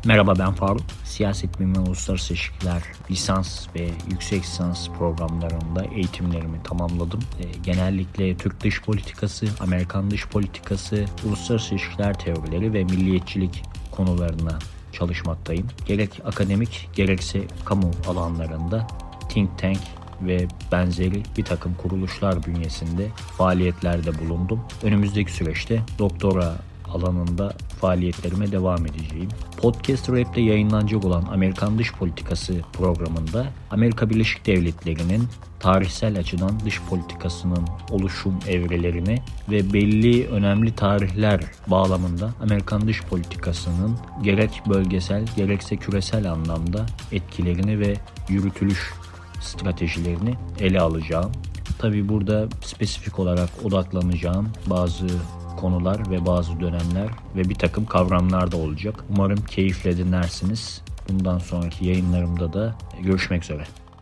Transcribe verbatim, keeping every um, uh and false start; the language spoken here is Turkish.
Merhaba, ben Faruk. Siyaset bilimi ve uluslararası ilişkiler lisans ve yüksek lisans programlarında eğitimlerimi tamamladım. Genellikle Türk dış politikası, Amerikan dış politikası, uluslararası ilişkiler teorileri ve milliyetçilik konularına çalışmaktayım. Gerek akademik gerekse kamu alanlarında think tank ve benzeri bir takım kuruluşlar bünyesinde faaliyetlerde bulundum. Önümüzdeki süreçte doktora alanında faaliyetlerime devam edeceğim. Podcast Rap'te yayınlanacak olan Amerikan Dış Politikası programında Amerika Birleşik Devletleri'nin tarihsel açıdan dış politikasının oluşum evrelerini ve belli önemli tarihler bağlamında Amerikan dış politikasının gerek bölgesel gerekse küresel anlamda etkilerini ve yürütülüş stratejilerini ele alacağım. Tabii burada spesifik olarak odaklanacağım bazı konular ve bazı dönemler ve bir takım kavramlar da olacak. Umarım keyifle dinlersiniz. Bundan sonraki yayınlarımda da görüşmek üzere.